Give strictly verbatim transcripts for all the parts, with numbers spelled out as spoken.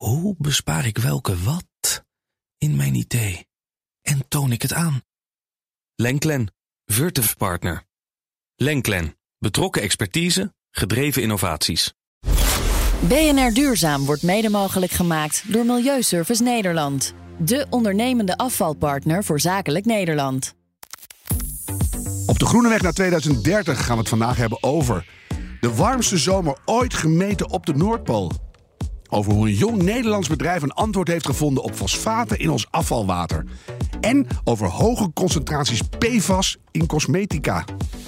Hoe bespaar ik welke wat in mijn idee? En toon ik het aan? Lenklen, Virtuf Partner. Lenklen, betrokken expertise, gedreven innovaties. B N R Duurzaam wordt mede mogelijk gemaakt door Milieuservice Nederland. De ondernemende afvalpartner voor zakelijk Nederland. Op de groene weg naar tweeduizend dertig gaan we het vandaag hebben over de warmste zomer ooit gemeten op de Noordpool. Over hoe een jong Nederlands bedrijf een antwoord heeft gevonden op fosfaten in ons afvalwater. En over hoge concentraties P F A S in cosmetica.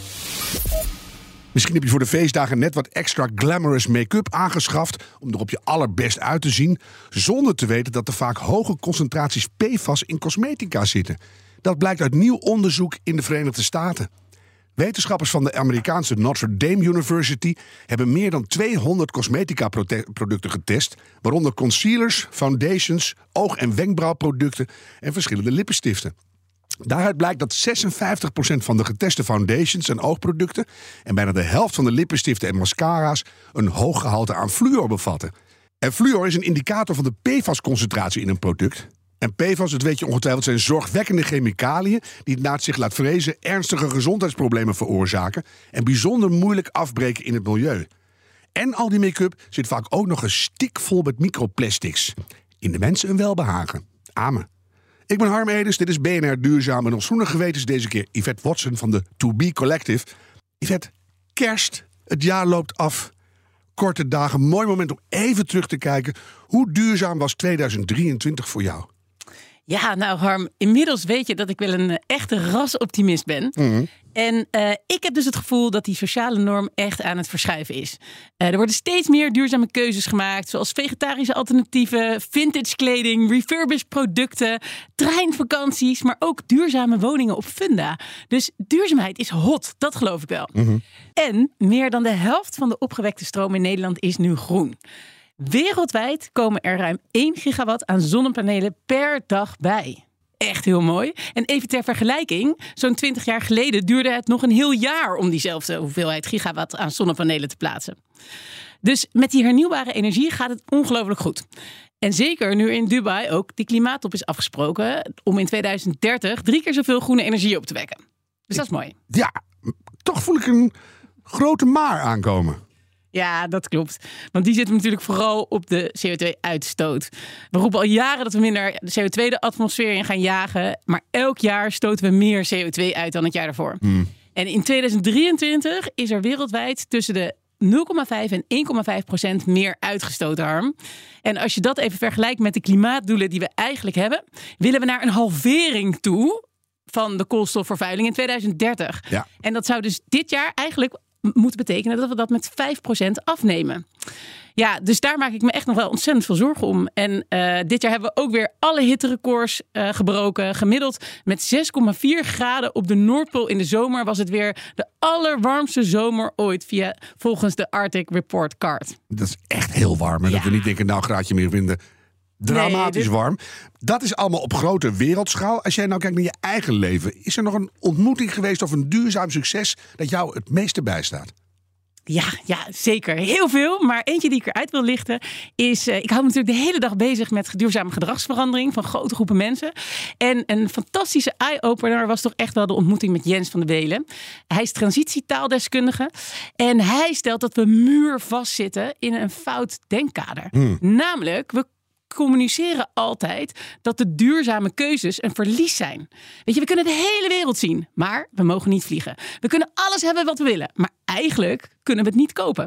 Misschien heb je voor de feestdagen net wat extra glamorous make-up aangeschaft om er op je allerbest uit te zien, zonder te weten dat er vaak hoge concentraties P F A S in cosmetica zitten. Dat blijkt uit nieuw onderzoek in de Verenigde Staten. Wetenschappers van de Amerikaanse Notre Dame University hebben meer dan tweehonderd cosmetica-producten getest, waaronder concealers, foundations, oog- en wenkbrauwproducten en verschillende lippenstiften. Daaruit blijkt dat zesenvijftig procent van de geteste foundations en oogproducten en bijna de helft van de lippenstiften en mascara's een hoog gehalte aan fluor bevatten. En fluor is een indicator van de P F A S-concentratie in een product. En P F A S, dat weet je ongetwijfeld, zijn zorgwekkende chemicaliën die het naar het zich laat vrezen ernstige gezondheidsproblemen veroorzaken en bijzonder moeilijk afbreken in het milieu. En al die make-up zit vaak ook nog een stikvol met microplastics. In de mensen een welbehagen. Amen. Ik ben Harm Edens, dit is B N R Duurzaam en ons groene geweten is deze keer Yvette Watson van de To Be Collective. Yvette, kerst, het jaar loopt af. Korte dagen, mooi moment om even terug te kijken. Hoe duurzaam was tweeduizend drieëntwintig voor jou? Ja, nou Harm, inmiddels weet je dat ik wel een uh, echte rasoptimist ben. Mm-hmm. En uh, ik heb dus het gevoel dat die sociale norm echt aan het verschuiven is. Uh, er worden steeds meer duurzame keuzes gemaakt, zoals vegetarische alternatieven, vintage kleding, refurbished producten, treinvakanties, maar ook duurzame woningen op funda. Dus duurzaamheid is hot, dat geloof ik wel. Mm-hmm. En meer dan de helft van de opgewekte stroom in Nederland is nu groen. Wereldwijd komen er ruim één gigawatt aan zonnepanelen per dag bij. Echt heel mooi. En even ter vergelijking, zo'n twintig jaar geleden duurde het nog een heel jaar om diezelfde hoeveelheid gigawatt aan zonnepanelen te plaatsen. Dus met die hernieuwbare energie gaat het ongelooflijk goed. En zeker nu in Dubai ook die klimaattop is afgesproken om in tweeduizend dertig drie keer zoveel groene energie op te wekken. Dus dat is mooi. Ja, toch voel ik een grote maar aankomen. Ja, dat klopt. Want die zitten natuurlijk vooral op de C O twee uitstoot. We roepen al jaren dat we minder C O twee de atmosfeer in gaan jagen. Maar elk jaar stoten we meer C O twee uit dan het jaar daarvoor. Mm. En in tweeduizend drieëntwintig is er wereldwijd tussen de nul komma vijf en één komma vijf procent meer uitgestoten, Harm. En als je dat even vergelijkt met de klimaatdoelen die we eigenlijk hebben, willen we naar een halvering toe van de koolstofvervuiling in tweeduizend dertig. Ja. En dat zou dus dit jaar eigenlijk moet betekenen dat we dat met vijf procent afnemen. Ja, dus daar maak ik me echt nog wel ontzettend veel zorgen om. En uh, dit jaar hebben we ook weer alle hitterecords uh, gebroken. Gemiddeld met zes komma vier graden op de Noordpool in de zomer was het weer de allerwarmste zomer ooit via volgens de Arctic Report Card. Dat is echt heel warm. En ja. Dat we niet denken, nou, een graadje meer vinden. Dramatisch nee, dit... warm. Dat is allemaal op grote wereldschaal. Als jij nou kijkt naar je eigen leven, is er nog een ontmoeting geweest of een duurzaam succes dat jou het meeste bijstaat? Ja, ja, zeker. Heel veel. Maar eentje die ik eruit wil lichten is... Uh, ik hou me natuurlijk de hele dag bezig met duurzame gedragsverandering van grote groepen mensen. En een fantastische eye-opener was toch echt wel de ontmoeting met Jens van de Welen. Hij is transitietaaldeskundige. En hij stelt dat we muurvast zitten in een fout denkkader. Hmm. Namelijk, we communiceren altijd dat de duurzame keuzes een verlies zijn. Weet je, we kunnen de hele wereld zien, maar we mogen niet vliegen. We kunnen alles hebben wat we willen, maar eigenlijk kunnen we het niet kopen.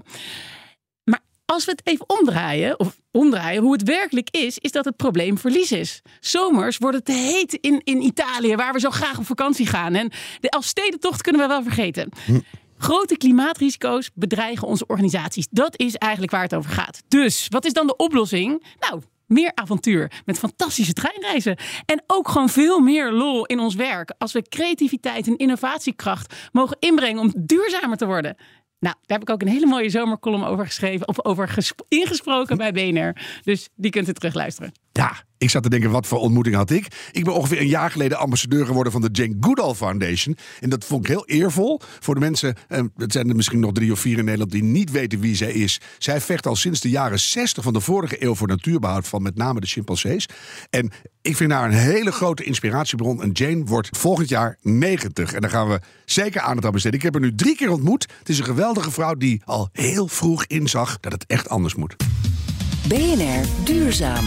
Maar als we het even omdraaien, of omdraaien, hoe het werkelijk is, is dat het probleem verlies is. Zomers wordt het te heet in, in Italië, waar we zo graag op vakantie gaan. En de Elfstedentocht kunnen we wel vergeten. Hm. Grote klimaatrisico's bedreigen onze organisaties. Dat is eigenlijk waar het over gaat. Dus, wat is dan de oplossing? Nou, meer avontuur met fantastische treinreizen. En ook gewoon veel meer lol in ons werk. Als we creativiteit en innovatiekracht mogen inbrengen om duurzamer te worden. Nou, daar heb ik ook een hele mooie zomercolumn over geschreven. Of over gesp- ingesproken bij B N R. Dus die kunt u terugluisteren. Ja, ik zat te denken, wat voor ontmoeting had ik? Ik ben ongeveer een jaar geleden ambassadeur geworden van de Jane Goodall Foundation. En dat vond ik heel eervol voor de mensen. Eh, het zijn er misschien nog drie of vier in Nederland die niet weten wie zij is. Zij vecht al sinds de jaren zestig van de vorige eeuw voor natuurbehoud van met name de chimpansees. En ik vind haar een hele grote inspiratiebron. En Jane wordt volgend jaar negentig. En daar gaan we zeker aandacht aan besteden. Ik heb haar nu drie keer ontmoet. Het is een geweldige vrouw die al heel vroeg inzag dat het echt anders moet. B N R Duurzaam.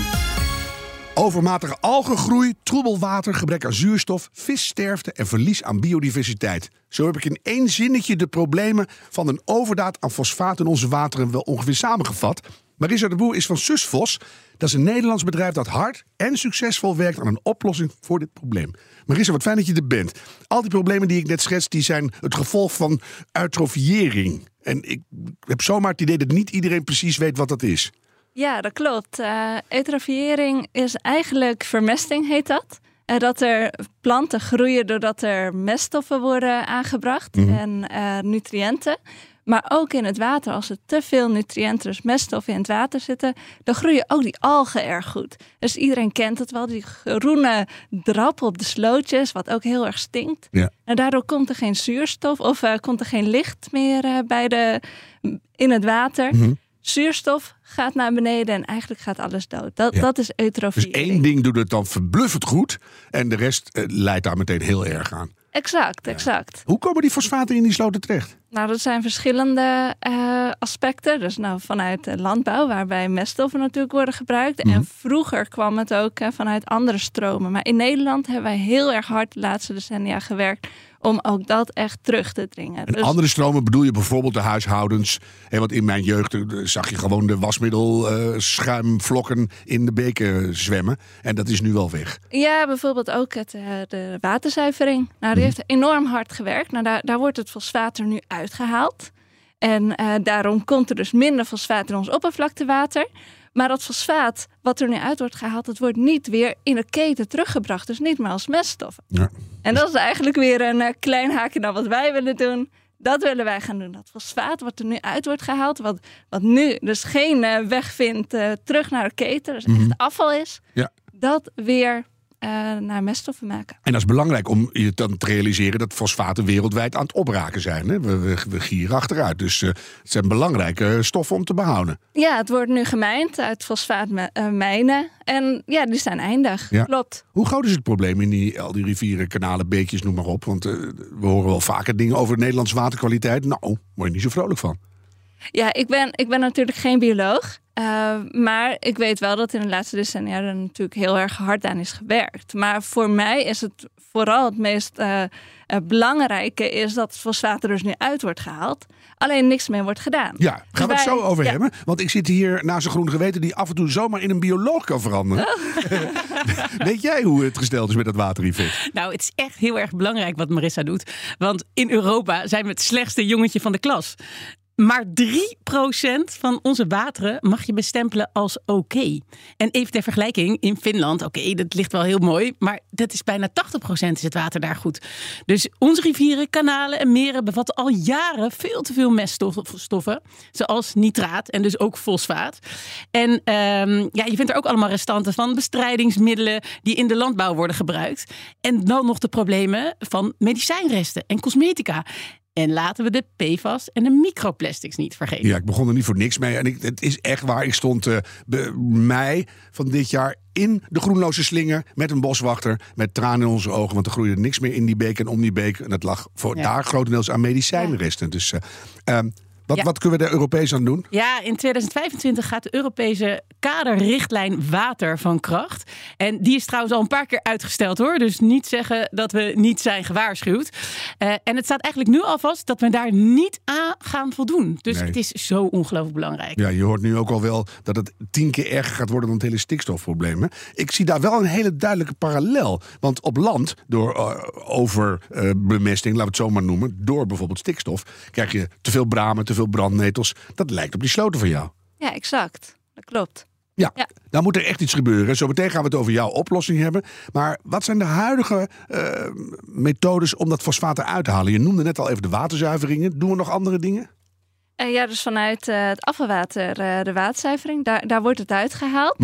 Overmatige algengroei, troebel water, gebrek aan zuurstof, vissterfte en verlies aan biodiversiteit. Zo heb ik in één zinnetje de problemen van een overdaad aan fosfaat in onze wateren wel ongeveer samengevat. Marissa de Boer is van Susvos. Dat is een Nederlands bedrijf dat hard en succesvol werkt aan een oplossing voor dit probleem. Marissa, wat fijn dat je er bent. Al die problemen die ik net schets, die zijn het gevolg van eutrofiëring. En ik heb zomaar het idee dat niet iedereen precies weet wat dat is. Ja, dat klopt. Uh, eutrofiëring is eigenlijk vermesting, heet dat. Uh, dat er planten groeien doordat er meststoffen worden aangebracht mm-hmm. en uh, nutriënten. Maar ook in het water, als er te veel nutriënten, dus meststoffen in het water zitten, dan groeien ook die algen erg goed. Dus iedereen kent het wel, die groene drap op de slootjes, wat ook heel erg stinkt. Ja. En daardoor komt er geen zuurstof of uh, komt er geen licht meer uh, bij de, in het water. Mm-hmm. Zuurstof gaat naar beneden en eigenlijk gaat alles dood. Dat, ja. dat is eutrofiëring. Dus één ding doet het dan verbluffend goed en de rest uh, leidt daar meteen heel erg aan. Exact, ja. exact. Hoe komen die fosfaten in die sloten terecht? Nou, dat zijn verschillende uh, aspecten. Dus nou, vanuit de landbouw, waarbij meststoffen natuurlijk worden gebruikt. Mm-hmm. En vroeger kwam het ook uh, vanuit andere stromen. Maar in Nederland hebben wij heel erg hard de laatste decennia gewerkt om ook dat echt terug te dringen. En dus andere stromen bedoel je bijvoorbeeld de huishoudens. Hè, want in mijn jeugd zag je gewoon de wasmiddel uh, schuimvlokken in de beken zwemmen. En dat is nu wel weg. Ja, bijvoorbeeld ook het, uh, de waterzuivering. Nou, die heeft enorm hard gewerkt. Nou, daar, daar wordt het fosfaat er nu uitgehaald. En uh, daarom komt er dus minder fosfaat in ons oppervlaktewater. Maar dat fosfaat wat er nu uit wordt gehaald, dat wordt niet weer in de keten teruggebracht. Dus niet meer als meststoffen. Ja. En dat is eigenlijk weer een uh, klein haakje naar wat wij willen doen. Dat willen wij gaan doen. Dat fosfaat wat er nu uit wordt gehaald, wat, wat nu dus geen uh, weg vindt uh, terug naar de keten, dus mm-hmm. echt afval is, ja. dat weer uh, naar meststoffen maken. En dat is belangrijk om je dan te realiseren dat fosfaten wereldwijd aan het opraken zijn. Hè? We, we, we gieren achteruit. Dus uh, het zijn belangrijke stoffen om te behouden. Ja, het wordt nu gemijnd uit fosfaatmijnen. En ja, die zijn eindig. Ja. Klopt. Hoe groot is het probleem in die, al die rivieren, kanalen, beekjes, noem maar op? Want uh, we horen wel vaker dingen over de Nederlandse waterkwaliteit. Nou, word je niet zo vrolijk van. Ja, ik ben, ik ben natuurlijk geen bioloog. Uh, maar ik weet wel dat in de laatste decennia er natuurlijk heel erg hard aan is gewerkt. Maar voor mij is het vooral het meest uh, uh, belangrijke is dat het fosfaat er dus nu uit wordt gehaald. Alleen niks meer wordt gedaan. Ja, gaan dus we het wij, zo over ja. hebben? Want ik zit hier naast een groen geweten die af en toe zomaar in een bioloog kan veranderen. Oh. Weet jij hoe het gesteld is met dat waterrivet? Nou, het is echt heel erg belangrijk wat Marissa doet. Want in Europa zijn we het slechtste jongetje van de klas. Maar drie procent van onze wateren mag je bestempelen als oké. Okay. En even ter vergelijking, in Finland, oké, okay, dat ligt wel heel mooi, maar dat is bijna tachtig procent is het water daar goed. Dus onze rivieren, kanalen en meren bevatten al jaren veel te veel meststoffen, zoals nitraat en dus ook fosfaat. En um, ja, je vindt er ook allemaal restanten van bestrijdingsmiddelen die in de landbouw worden gebruikt. En dan nog de problemen van medicijnresten en cosmetica. En laten we de P F A S en de microplastics niet vergeten. Ja, ik begon er niet voor niks mee. En ik, het is echt waar. Ik stond uh, bij mei van dit jaar in de Groenloze Slinger met een boswachter. Met tranen in onze ogen. Want er groeide niks meer in die beek en om die beek. En dat lag voor ja. daar grotendeels aan medicijnresten. Ja. Dus uh, um, wat, ja. wat kunnen we er Europees aan doen? Ja, in tweeduizend vijfentwintig gaat de Europese kaderrichtlijn water van kracht. En die is trouwens al een paar keer uitgesteld hoor. Dus niet zeggen dat we niet zijn gewaarschuwd. Uh, en het staat eigenlijk nu al vast dat we daar niet aan gaan voldoen. Dus nee. het is zo ongelooflijk belangrijk. Ja, je hoort nu ook al wel dat het tien keer erger gaat worden dan het hele stikstofprobleem. Hè? Ik zie daar wel een hele duidelijke parallel. Want op land, door uh, overbemesting, uh, laten we het zo maar noemen, door bijvoorbeeld stikstof, krijg je te veel bramen, te veel brandnetels. Dat lijkt op die sloten van jou. Ja, exact. Dat klopt. Ja, ja, dan moet er echt iets gebeuren. Zometeen gaan we het over jouw oplossing hebben. Maar wat zijn de huidige uh, methodes om dat fosfaat eruit te halen? Je noemde net al even de waterzuiveringen. Doen we nog andere dingen? Uh, ja, dus vanuit uh, het afvalwater, uh, de waterzuivering, daar, daar wordt het uitgehaald. Mm-hmm.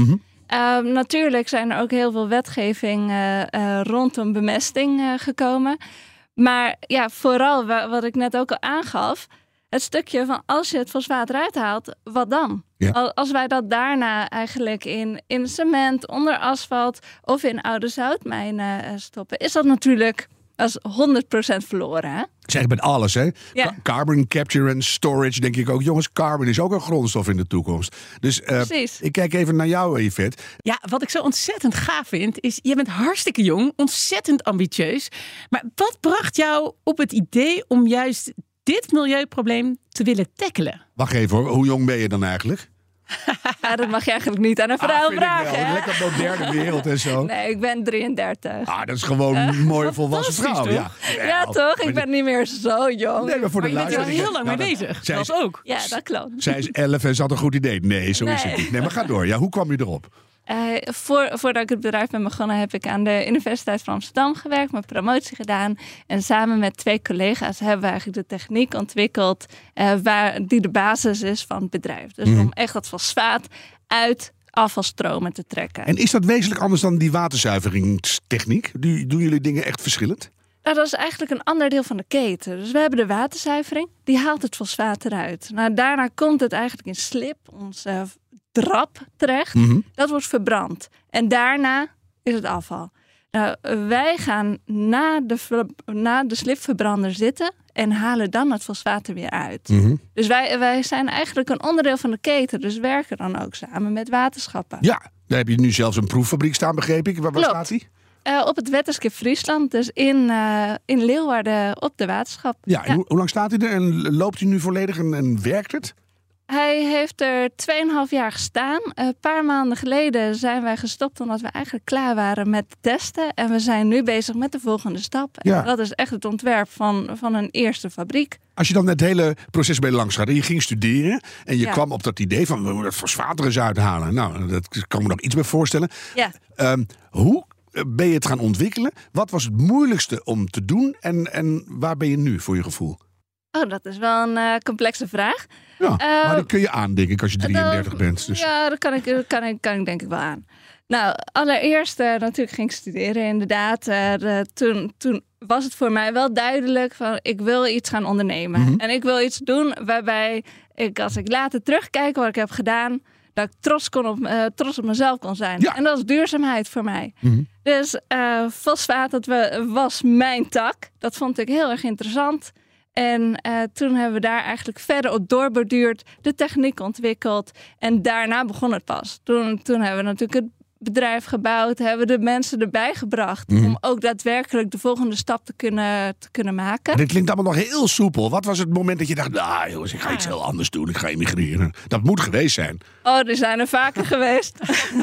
Uh, natuurlijk zijn er ook heel veel wetgeving uh, uh, rondom bemesting uh, gekomen. Maar ja, vooral wa- wat ik net ook al aangaf, het stukje van als je het fosfaat eruit haalt, wat dan? Ja. Als wij dat daarna eigenlijk in, in cement, onder asfalt of in oude zoutmijnen uh, stoppen, is dat natuurlijk als honderd procent verloren. Hè? Ik zeg met alles, hè? Ja. Carbon capture en storage, denk ik ook. Jongens, carbon is ook een grondstof in de toekomst. Dus uh, ik kijk even naar jou, Yvette. Ja, wat ik zo ontzettend gaaf vind, is je bent hartstikke jong, ontzettend ambitieus. Maar wat bracht jou op het idee om juist dit milieuprobleem te willen tackelen? Wacht even hoor, hoe jong ben je dan eigenlijk? Ja, dat mag je eigenlijk niet aan een vrouw ah, vragen. Een lekker moderne wereld en zo. Nee, ik ben drieëndertig. Ah, dat is gewoon een uh, mooie volwassen vrouw. Ja. ja, toch? Ik ben niet meer zo jong. Nee, maar voor maar de je bent er al heel lang nou, mee bezig. Zij dat is, ook. Ja, dat klopt. Zij is elf en ze had een goed idee. Nee, zo nee. is het niet. Nee, maar ga door. Ja, hoe kwam je erop? Uh, voor, voordat ik het bedrijf ben begonnen, heb ik aan de Universiteit van Amsterdam gewerkt, mijn promotie gedaan. En samen met twee collega's hebben we eigenlijk de techniek ontwikkeld uh, waar, die de basis is van het bedrijf. Dus mm. om echt dat fosfaat uit afvalstromen te trekken. En is dat wezenlijk anders dan die waterzuiveringstechniek? Doen jullie dingen echt verschillend? Nou, dat is eigenlijk een ander deel van de keten. Dus we hebben de waterzuivering, die haalt het fosfaat eruit. Nou, daarna komt het eigenlijk in slip, ons uh, drap terecht. Mm-hmm. Dat wordt verbrand. En daarna is het afval. Nou, wij gaan na de, na de slipverbrander zitten en halen dan het fosfaat er weer uit. Mm-hmm. Dus wij, wij zijn eigenlijk een onderdeel van de keten. Dus werken dan ook samen met waterschappen. Ja, daar heb je nu zelfs een proeffabriek staan, begreep ik. Waar, waar staat die? Uh, op het Wetterskip Friesland, dus in, uh, in Leeuwarden op de waterschap. Ja, en ja. Hoe, hoe lang staat hij er en loopt hij nu volledig en, en werkt het? Hij heeft er tweeënhalf jaar gestaan. Een paar maanden geleden zijn wij gestopt omdat we eigenlijk klaar waren met testen. En we zijn nu bezig met de volgende stap. Ja. En dat is echt het ontwerp van, van een eerste fabriek. Als je dan het hele proces bij langs gaat en je ging studeren en je ja. kwam op dat idee van we moeten het fosfaat er eens uithalen. Nou, dat kan me nog iets bij voorstellen. Ja. Um, hoe ben je het gaan ontwikkelen? Wat was het moeilijkste om te doen en, en waar ben je nu voor je gevoel? Oh, dat is wel een uh, complexe vraag. Ja, uh, maar dat kun je aan, denk ik, als je drieëndertig uh, bent. Dus. Ja, dat kan ik, dat kan, ik, kan ik denk ik wel aan. Nou, allereerst uh, natuurlijk ging ik studeren, inderdaad. Uh, de, toen, toen was het voor mij wel duidelijk van ik wil iets gaan ondernemen. Mm-hmm. En ik wil iets doen waarbij ik, als ik later terugkijk wat ik heb gedaan, dat ik trots, kon op, uh, trots op mezelf kon zijn. Ja. En dat is duurzaamheid voor mij. Mm-hmm. Dus uh, fosfaat, dat we, was mijn tak. Dat vond ik heel erg interessant. En uh, toen hebben we daar eigenlijk verder op doorborduurd, de techniek ontwikkeld. En daarna begon het pas. Toen, toen hebben we natuurlijk het bedrijf gebouwd, hebben we de mensen erbij gebracht. Mm. Om ook daadwerkelijk de volgende stap te kunnen, te kunnen maken. En dit klinkt allemaal nog heel soepel. Wat was het moment dat je dacht, nou jongens, ik ga iets heel anders doen. Ik ga emigreren. Dat moet geweest zijn. Oh, er zijn er vaker geweest.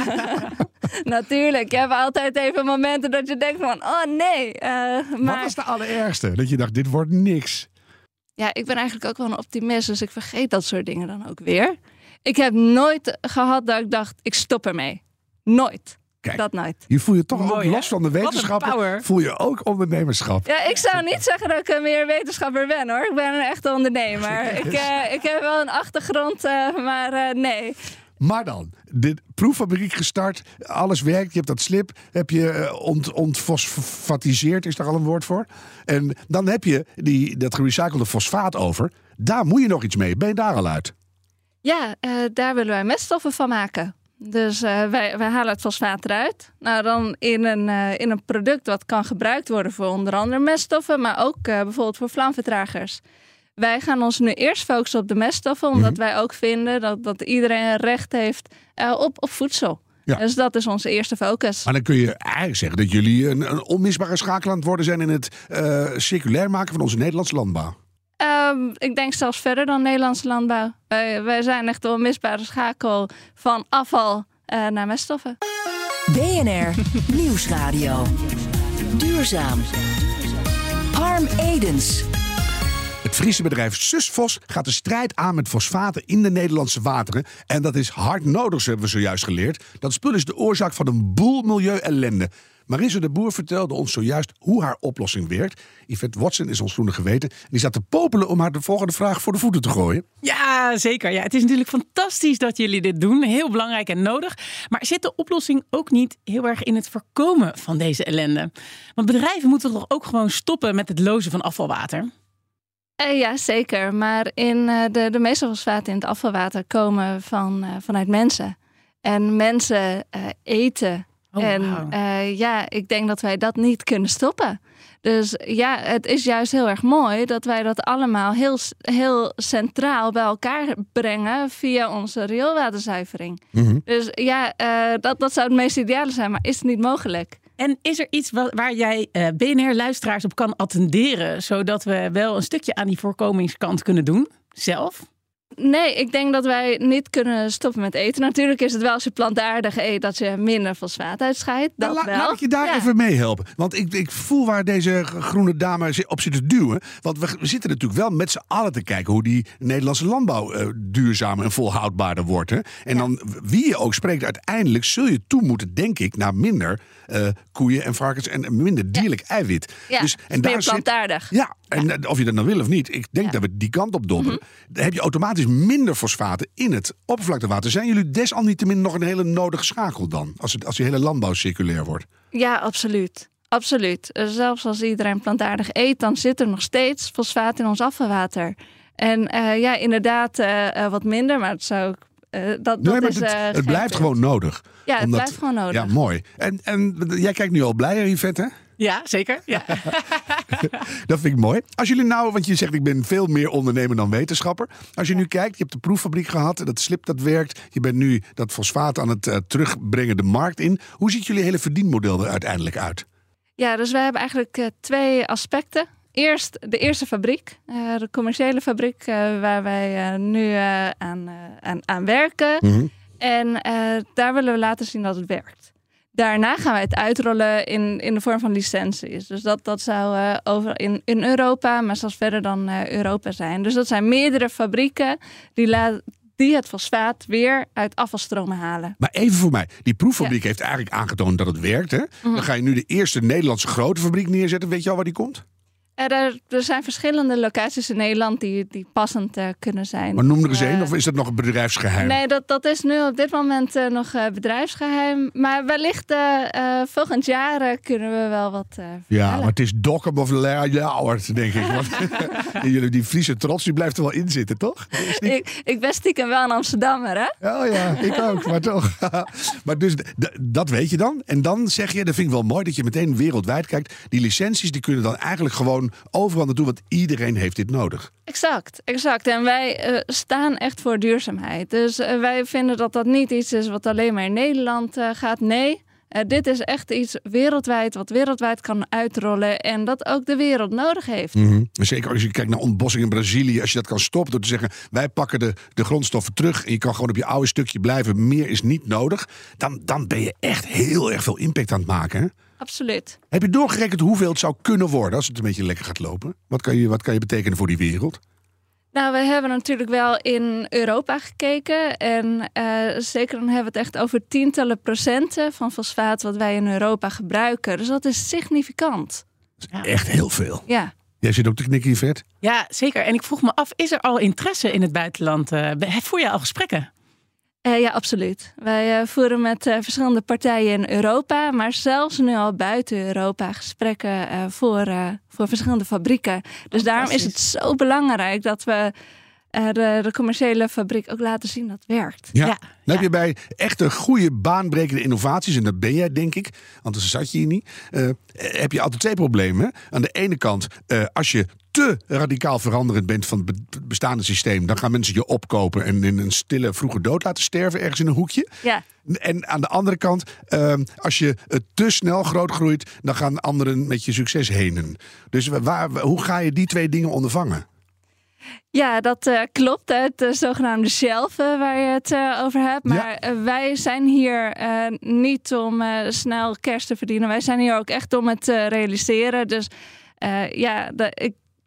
Natuurlijk. Je hebt altijd even momenten dat je denkt van, oh nee. Uh, maar... Wat was de allerergste? Dat je dacht, dit wordt niks. Ja, ik ben eigenlijk ook wel een optimist, dus ik vergeet dat soort dingen dan ook weer. Ik heb nooit gehad dat ik dacht, ik stop ermee. Nooit. Kijk, dat nooit. Je voel je toch Mooi, ook los van de wetenschappen. Voel je ook ondernemerschap. Ja, ik zou niet zeggen dat ik meer wetenschapper ben hoor. Ik ben een echte ondernemer. ik, uh, ik heb wel een achtergrond, uh, maar uh, nee. Maar dan, de proeffabriek gestart, alles werkt, je hebt dat slip, heb je ont, ontfosfatiseerd, is daar al een woord voor. En dan heb je die, dat gerecyclede fosfaat over. Daar moet je nog iets mee. Ben je daar al uit? Ja, uh, daar willen wij meststoffen van maken. Dus uh, wij, wij halen het fosfaat eruit. Nou, dan in een, uh, in een product wat kan gebruikt worden voor onder andere meststoffen, maar ook uh, bijvoorbeeld voor vlamvertragers. Wij gaan ons nu eerst focussen op de meststoffen, omdat mm-hmm. wij ook vinden dat, dat iedereen recht heeft uh, op, op voedsel. Ja. Dus dat is onze eerste focus. Maar dan kun je eigenlijk zeggen dat jullie een, een onmisbare schakel aan het worden zijn in het uh, circulair maken van onze Nederlandse landbouw. Um, ik denk zelfs verder dan Nederlandse landbouw. Wij, wij zijn echt de onmisbare schakel van afval uh, naar meststoffen. B N R Nieuwsradio. Duurzaam. Harm Edens. Het Friese bedrijf Susvos gaat de strijd aan met fosfaten in de Nederlandse wateren. En dat is hard nodig, zo hebben we zojuist geleerd. Dat spul is de oorzaak van een boel milieuellende. Marisse de Boer vertelde ons zojuist hoe haar oplossing werkt. Yvette Watson is ons groene geweten. Die staat te popelen om haar de volgende vraag voor de voeten te gooien. Ja, zeker. Ja, het is natuurlijk fantastisch dat jullie dit doen. Heel belangrijk en nodig. Maar zit de oplossing ook niet heel erg in het voorkomen van deze ellende? Want bedrijven moeten toch ook gewoon stoppen met het lozen van afvalwater? Uh, ja, zeker. Maar in, uh, de, de meeste fosfaten in het afvalwater komen van, uh, vanuit mensen. En mensen uh, eten. Oh, en wow. uh, ja, ik denk dat wij dat niet kunnen stoppen. Dus ja, het is juist heel erg mooi dat wij dat allemaal heel, heel centraal bij elkaar brengen via onze rioolwaterzuivering. Mm-hmm. Dus ja, uh, dat, dat zou het meest ideale zijn, maar is het niet mogelijk. En is er iets wat, waar jij uh, B N R-luisteraars op kan attenderen, zodat we wel een stukje aan die voorkomingskant kunnen doen, zelf? Nee, ik denk dat wij niet kunnen stoppen met eten. Natuurlijk is het wel als je plantaardig eet dat je minder fosfaat uitscheidt. Dat Nou, la, wel. laat ik je daar Ja. even mee helpen. Want ik, ik voel waar deze groene dame op zit te duwen. Want we, we zitten natuurlijk wel met z'n allen te kijken hoe die Nederlandse landbouw uh, duurzamer en volhoudbaarder wordt. Hè? En dan, wie je ook spreekt, uiteindelijk zul je toe moeten, denk ik, naar minder uh, koeien en varkens en minder dierlijk eiwit. Ja, dus, en meer daar zit, plantaardig. ja, en ja. of je dat nou wil of niet, ik denk Ja. dat we die kant op dobberen. Mm-hmm. Dan heb je automatisch minder fosfaten in het oppervlaktewater. Zijn jullie desalniettemin nog een hele nodige schakel dan? Als, het, als die hele landbouw circulair wordt? Ja, absoluut. Absoluut. Uh, Zelfs als iedereen plantaardig eet, dan zit er nog steeds fosfaat in ons afvalwater. En uh, ja, inderdaad uh, uh, wat minder, maar het zou ook... Uh, dat, dat Nee, maar is, het, uh, het geen blijft punt. gewoon nodig. Ja, het Omdat- blijft gewoon nodig. Ja, mooi. En, en jij kijkt nu al blijer, Yvette, hè? Ja, zeker. Ja. Dat vind ik mooi. Als jullie nou, want je zegt ik ben veel meer ondernemer dan wetenschapper. Als je nu kijkt, je hebt de proeffabriek gehad, dat slip dat werkt. Je bent nu dat fosfaat aan het uh, terugbrengen de markt in. Hoe ziet jullie hele verdienmodel er uiteindelijk uit? Ja, dus wij hebben eigenlijk uh, twee aspecten. Eerst de eerste fabriek, uh, de commerciële fabriek uh, waar wij uh, nu uh, aan, uh, aan, aan werken. Mm-hmm. En uh, daar willen we laten zien dat het werkt. Daarna gaan wij het uitrollen in, in de vorm van licenties. Dus dat, dat zou uh, over in, in Europa, maar zelfs verder dan uh, Europa zijn. Dus dat zijn meerdere fabrieken die, la, die het fosfaat weer uit afvalstromen halen. Maar even voor mij, die proeffabriek ja. heeft eigenlijk aangetoond dat het werkt. Hè? Mm-hmm. Dan ga je nu de eerste Nederlandse grote fabriek neerzetten. Weet je al waar die komt? Er, er zijn verschillende locaties in Nederland die, die passend uh, kunnen zijn. Maar noem er eens uh, één, of is dat nog een bedrijfsgeheim? Nee, dat, dat is nu op dit moment uh, nog uh, bedrijfsgeheim. Maar wellicht uh, uh, volgend jaar uh, kunnen we wel wat uh, vertellen. Ja, maar het is Dokkum of Lauwert, denk ik. Want jullie, die Friese trots, die blijft er wel in zitten, toch? Ik, ik ben stiekem wel een Amsterdammer, hè? Oh ja, ik ook, maar toch. Maar dus, d- dat weet je dan. En dan zeg je, dat vind ik wel mooi, dat je meteen wereldwijd kijkt. Die licenties, die kunnen dan eigenlijk gewoon overal naartoe, want iedereen heeft dit nodig. Exact, exact. En wij uh, staan echt voor duurzaamheid. Dus uh, wij vinden dat dat niet iets is wat alleen maar in Nederland uh, gaat. Nee, uh, dit is echt iets wereldwijd, wat wereldwijd kan uitrollen en dat ook de wereld nodig heeft. Mm-hmm. Zeker als je kijkt naar ontbossing in Brazilië, als je dat kan stoppen door te zeggen, wij pakken de, de grondstoffen terug en je kan gewoon op je oude stukje blijven, meer is niet nodig, dan, dan ben je echt heel erg veel impact aan het maken, hè? Absoluut. Heb je doorgerekend hoeveel het zou kunnen worden als het een beetje lekker gaat lopen? Wat kan je, wat kan je betekenen voor die wereld? Nou, we hebben natuurlijk wel in Europa gekeken. En uh, zeker dan hebben we het echt over tientallen procenten van fosfaat wat wij in Europa gebruiken. Dus dat is significant. Dat is echt heel veel. Ja. Jij zit ook te knikken, Yvette? Ja, zeker. En ik vroeg me af, is er al interesse in het buitenland? Uh, voer je al gesprekken? Uh, ja, absoluut. Wij uh, voeren met uh, verschillende partijen in Europa, maar zelfs nu al buiten Europa gesprekken uh, voor, uh, voor verschillende fabrieken. Dus daarom is het zo belangrijk dat we uh, de, de commerciële fabriek ook laten zien dat het werkt. Ja. Ja. Dan Ja. heb je bij echte goede baanbrekende innovaties, en dat ben jij denk ik, anders zat je hier niet, uh, heb je altijd twee problemen. Hè? Aan de ene kant, uh, als je te radicaal veranderend bent van het bestaande systeem, dan gaan mensen je opkopen en in een stille vroege dood laten sterven ergens in een hoekje. Ja. En aan de andere kant, uh, als je uh, te snel groot groeit, dan gaan anderen met je succes henen. Dus waar, hoe ga je die twee dingen ondervangen? Ja, dat uh, klopt. Hè. Het uh, zogenaamde shelf uh, waar je het uh, over hebt. Maar ja. uh, wij zijn hier uh, niet om uh, snel cash te verdienen. Wij zijn hier ook echt om het te uh, realiseren. Dus uh, ja, de, ik,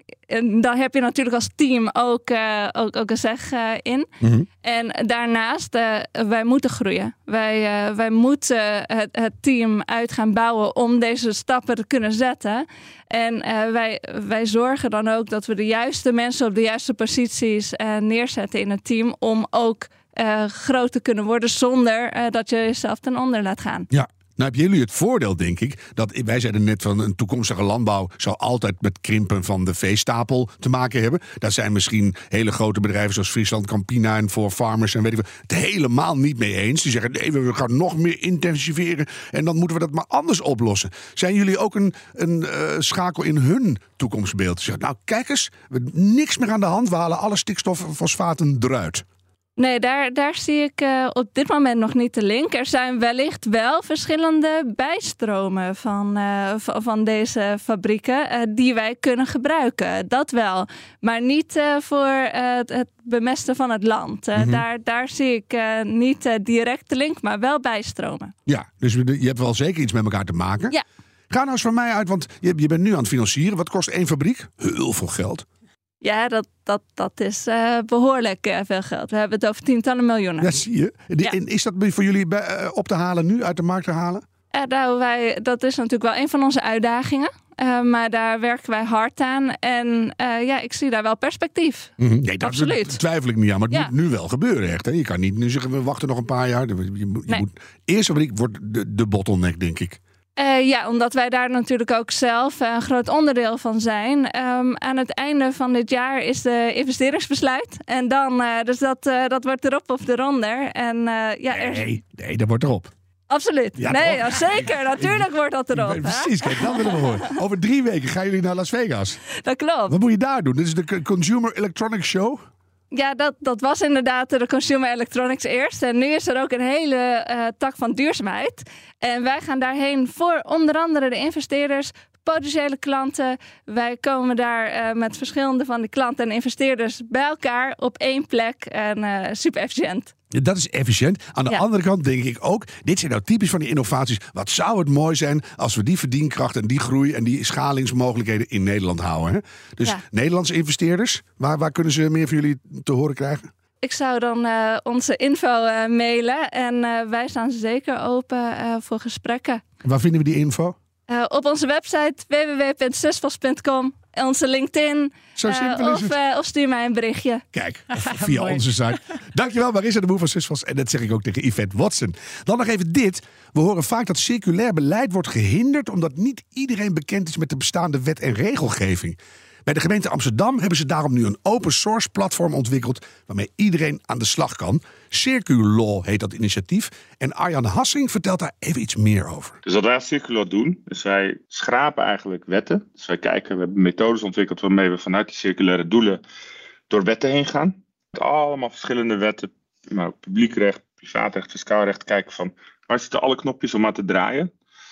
en daar heb je natuurlijk als team ook, uh, ook, ook een zeg uh, in. Mm-hmm. En daarnaast, uh, wij moeten groeien. Wij, uh, wij moeten het, het team uit gaan bouwen om deze stappen te kunnen zetten. En uh, wij, wij zorgen dan ook dat we de juiste mensen op de juiste posities uh, neerzetten in het team om ook uh, groot te kunnen worden zonder uh, dat je jezelf ten onder laat gaan. Ja. Nou hebben jullie het voordeel, denk ik, dat wij zeiden net van een toekomstige landbouw zou altijd met krimpen van de veestapel te maken hebben. Daar zijn misschien hele grote bedrijven zoals Friesland Campina en For Farmers en weet ik wat, het helemaal niet mee eens. Die zeggen nee, we gaan nog meer intensiveren en dan moeten we dat maar anders oplossen. Zijn jullie ook een, een uh, schakel in hun toekomstbeeld? Zeggen, nou kijk eens, we niks meer aan de hand, we halen alle stikstoffosfaten eruit. Nee, daar, daar zie ik uh, op dit moment nog niet de link. Er zijn wellicht wel verschillende bijstromen van, uh, van, van deze fabrieken uh, die wij kunnen gebruiken. Dat wel, maar niet uh, voor uh, het bemesten van het land. Uh, mm-hmm. daar, daar zie ik uh, niet uh, direct de link, maar wel bijstromen. Ja, dus je hebt wel zeker iets met elkaar te maken. Ja. Ga nou eens van mij uit, want je, je bent nu aan het financieren. Wat kost één fabriek? Heel veel geld. Ja, dat, dat, dat is uh, behoorlijk uh, veel geld. We hebben het over tientallen miljoenen. Dat zie je. Die, ja. En is dat voor jullie bij, uh, op te halen nu, uit de markt te halen? Uh, nou, wij, dat is natuurlijk wel een van onze uitdagingen. Uh, maar daar werken wij hard aan. En uh, ja, ik zie daar wel perspectief. Mm-hmm. Nee, dat Absoluut. twijfel ik niet aan. Maar het ja. moet nu wel gebeuren echt. Hè? Je kan niet nu zeggen, we wachten nog een paar jaar. Je, je, je nee. moet, eerste fabriek wordt de, de bottleneck, denk ik. Uh, ja, omdat wij daar natuurlijk ook zelf een groot onderdeel van zijn. Um, aan het einde van dit jaar is de investeringsbesluit. En dan, uh, dus dat, uh, dat wordt erop of eronder. En, uh, ja, er... Nee, nee, dat wordt erop. Absoluut. Ja, nee, ja, zeker. Natuurlijk wordt dat erop. Ja, precies, kijk, dat willen we horen. Over drie weken gaan jullie naar Las Vegas. Dat klopt. Wat moet je daar doen? Dit is de Consumer Electronics Show. Ja, dat, dat was inderdaad de Consumer Electronics eerst. En nu is er ook een hele uh, tak van duurzaamheid. En wij gaan daarheen voor onder andere de investeerders, potentiële klanten. Wij komen daar uh, met verschillende van die klanten en investeerders bij elkaar op één plek. En uh, super efficiënt. Dat is efficiënt. Aan de ja. andere kant denk ik ook, dit zijn nou typisch van die innovaties. Wat zou het mooi zijn als we die verdienkracht en die groei en die schalingsmogelijkheden in Nederland houden. Hè? Dus ja. Nederlandse investeerders, waar, waar kunnen ze meer van jullie te horen krijgen? Ik zou dan uh, onze info uh, mailen en uh, wij staan zeker open uh, voor gesprekken. Waar vinden we die info? Uh, op onze website w w w punt sysfos punt com, onze LinkedIn. Zo simpel uh, is of, het. Uh, of stuur mij een berichtje. Kijk, of via onze site. Dankjewel Marissa de Boer van Sysfos. En dat zeg ik ook tegen Yvette Watson. Dan nog even dit. We horen vaak dat circulair beleid wordt gehinderd omdat niet iedereen bekend is met de bestaande wet en regelgeving. Bij de gemeente Amsterdam hebben ze daarom nu een open source platform ontwikkeld waarmee iedereen aan de slag kan. Circulaw heet dat initiatief. En Arjan Hassing vertelt daar even iets meer over. Dus wat wij als Circulaw doen, is wij schrapen eigenlijk wetten. Dus wij kijken, we hebben methodes ontwikkeld waarmee we vanuit die circulaire doelen door wetten heen gaan. Met allemaal verschillende wetten, maar ook publiekrecht, privaatrecht, fiscaal recht, kijken van waar zitten alle knopjes om aan te draaien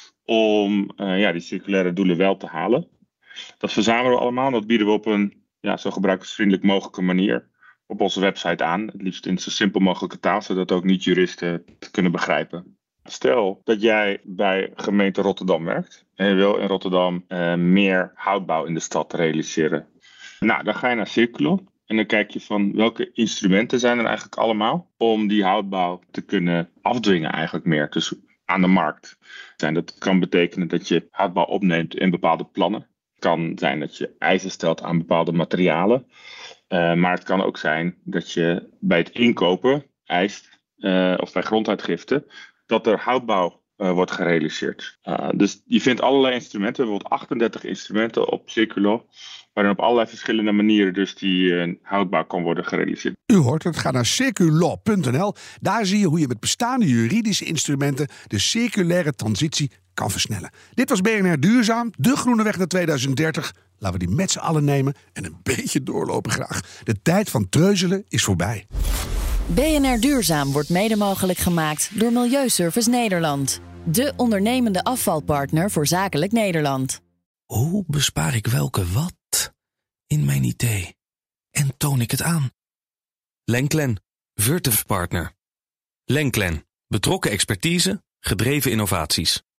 om uh, ja, die circulaire doelen wel te halen. Dat verzamelen we allemaal en dat bieden we op een ja, zo gebruikersvriendelijk mogelijke manier op onze website aan. Het liefst in zo simpel mogelijke taal, zodat ook niet-juristen het kunnen begrijpen. Stel dat jij bij gemeente Rotterdam werkt en je wil in Rotterdam uh, meer houtbouw in de stad realiseren. Nou, dan ga je naar Circulaw en dan kijk je van welke instrumenten zijn er eigenlijk allemaal om die houtbouw te kunnen afdwingen eigenlijk meer. Dus aan de markt. Dat kan betekenen dat je houtbouw opneemt in bepaalde plannen. Het kan zijn dat je eisen stelt aan bepaalde materialen. Uh, maar het kan ook zijn dat je bij het inkopen eist, uh, of bij gronduitgifte, dat er houtbouw uh, wordt gerealiseerd. Uh, dus je vindt allerlei instrumenten, bijvoorbeeld achtendertig instrumenten op Circulaw, waarin op allerlei verschillende manieren dus die uh, houtbouw kan worden gerealiseerd. U hoort het, ga naar circulaw punt n l. Daar zie je hoe je met bestaande juridische instrumenten de circulaire transitie kan versnellen. Dit was B N R Duurzaam, de groene weg naar tweeduizend dertig. Laten we die met z'n allen nemen en een beetje doorlopen graag. De tijd van treuzelen is voorbij. B N R Duurzaam wordt mede mogelijk gemaakt door Milieuservice Nederland. De ondernemende afvalpartner voor zakelijk Nederland. Hoe bespaar ik welke wat in mijn idee? En toon ik het aan? Lenklen, Virtuf Partner. Lenklen, betrokken expertise, gedreven innovaties.